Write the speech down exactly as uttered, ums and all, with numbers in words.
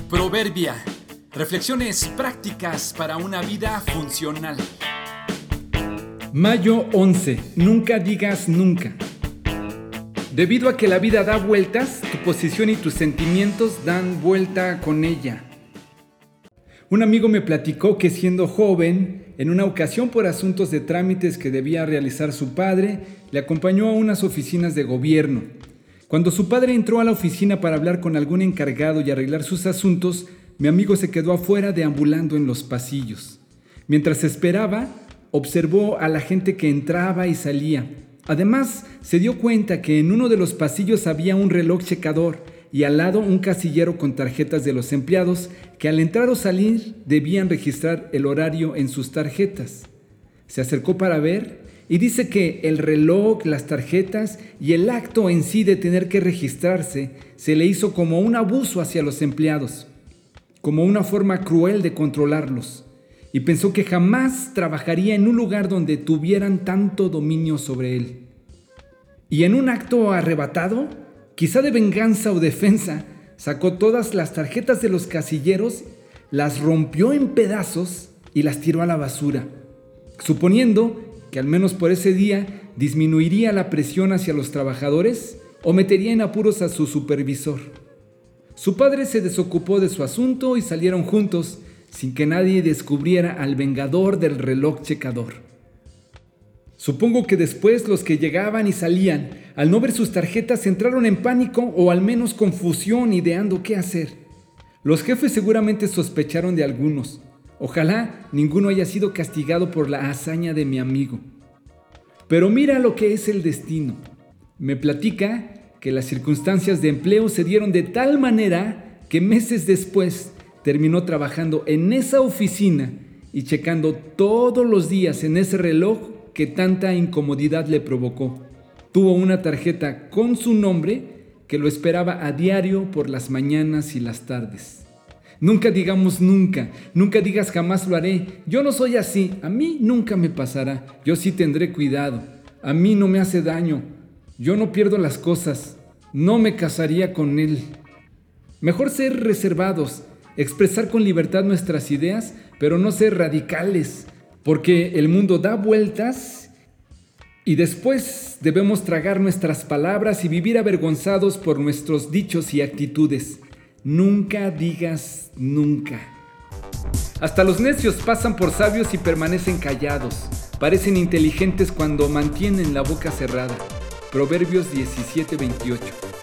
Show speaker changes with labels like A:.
A: Proverbia. Reflexiones prácticas para una vida funcional.
B: Mayo once. Nunca digas nunca. Debido a que la vida da vueltas, tu posición y tus sentimientos dan vuelta con ella. Un amigo me platicó que siendo joven, en una ocasión por asuntos de trámites que debía realizar su padre, le acompañó a unas oficinas de gobierno. Cuando su padre entró a la oficina para hablar con algún encargado y arreglar sus asuntos, mi amigo se quedó afuera deambulando en los pasillos. Mientras esperaba, observó a la gente que entraba y salía. Además, se dio cuenta que en uno de los pasillos había un reloj checador y al lado un casillero con tarjetas de los empleados que al entrar o salir debían registrar el horario en sus tarjetas. Se acercó para ver y dice que el reloj, las tarjetas y el acto en sí de tener que registrarse se le hizo como un abuso hacia los empleados, como una forma cruel de controlarlos, y pensó que jamás trabajaría en un lugar donde tuvieran tanto dominio sobre él. Y en un acto arrebatado, quizá de venganza o defensa, sacó todas las tarjetas de los casilleros, las rompió en pedazos y las tiró a la basura, suponiendo que al menos por ese día disminuiría la presión hacia los trabajadores o metería en apuros a su supervisor. Su padre se desocupó de su asunto y salieron juntos sin que nadie descubriera al vengador del reloj checador. Supongo que después los que llegaban y salían, al no ver sus tarjetas, entraron en pánico o al menos confusión ideando qué hacer. Los jefes seguramente sospecharon de algunos. Ojalá ninguno haya sido castigado por la hazaña de mi amigo. Pero mira lo que es el destino. Me platica que las circunstancias de empleo se dieron de tal manera que meses después terminó trabajando en esa oficina y checando todos los días en ese reloj que tanta incomodidad le provocó. Tuvo una tarjeta con su nombre que lo esperaba a diario por las mañanas y las tardes. Nunca digamos nunca, nunca digas jamás lo haré. Yo no soy así, a mí nunca me pasará. Yo sí tendré cuidado, a mí no me hace daño. Yo no pierdo las cosas, no me casaría con él. Mejor ser reservados, expresar con libertad nuestras ideas, pero no ser radicales, porque el mundo da vueltas y después debemos tragar nuestras palabras y vivir avergonzados por nuestros dichos y actitudes. Nunca digas nunca. Hasta los necios pasan por sabios y permanecen callados. Parecen inteligentes cuando mantienen la boca cerrada. Proverbios diecisiete veintiocho.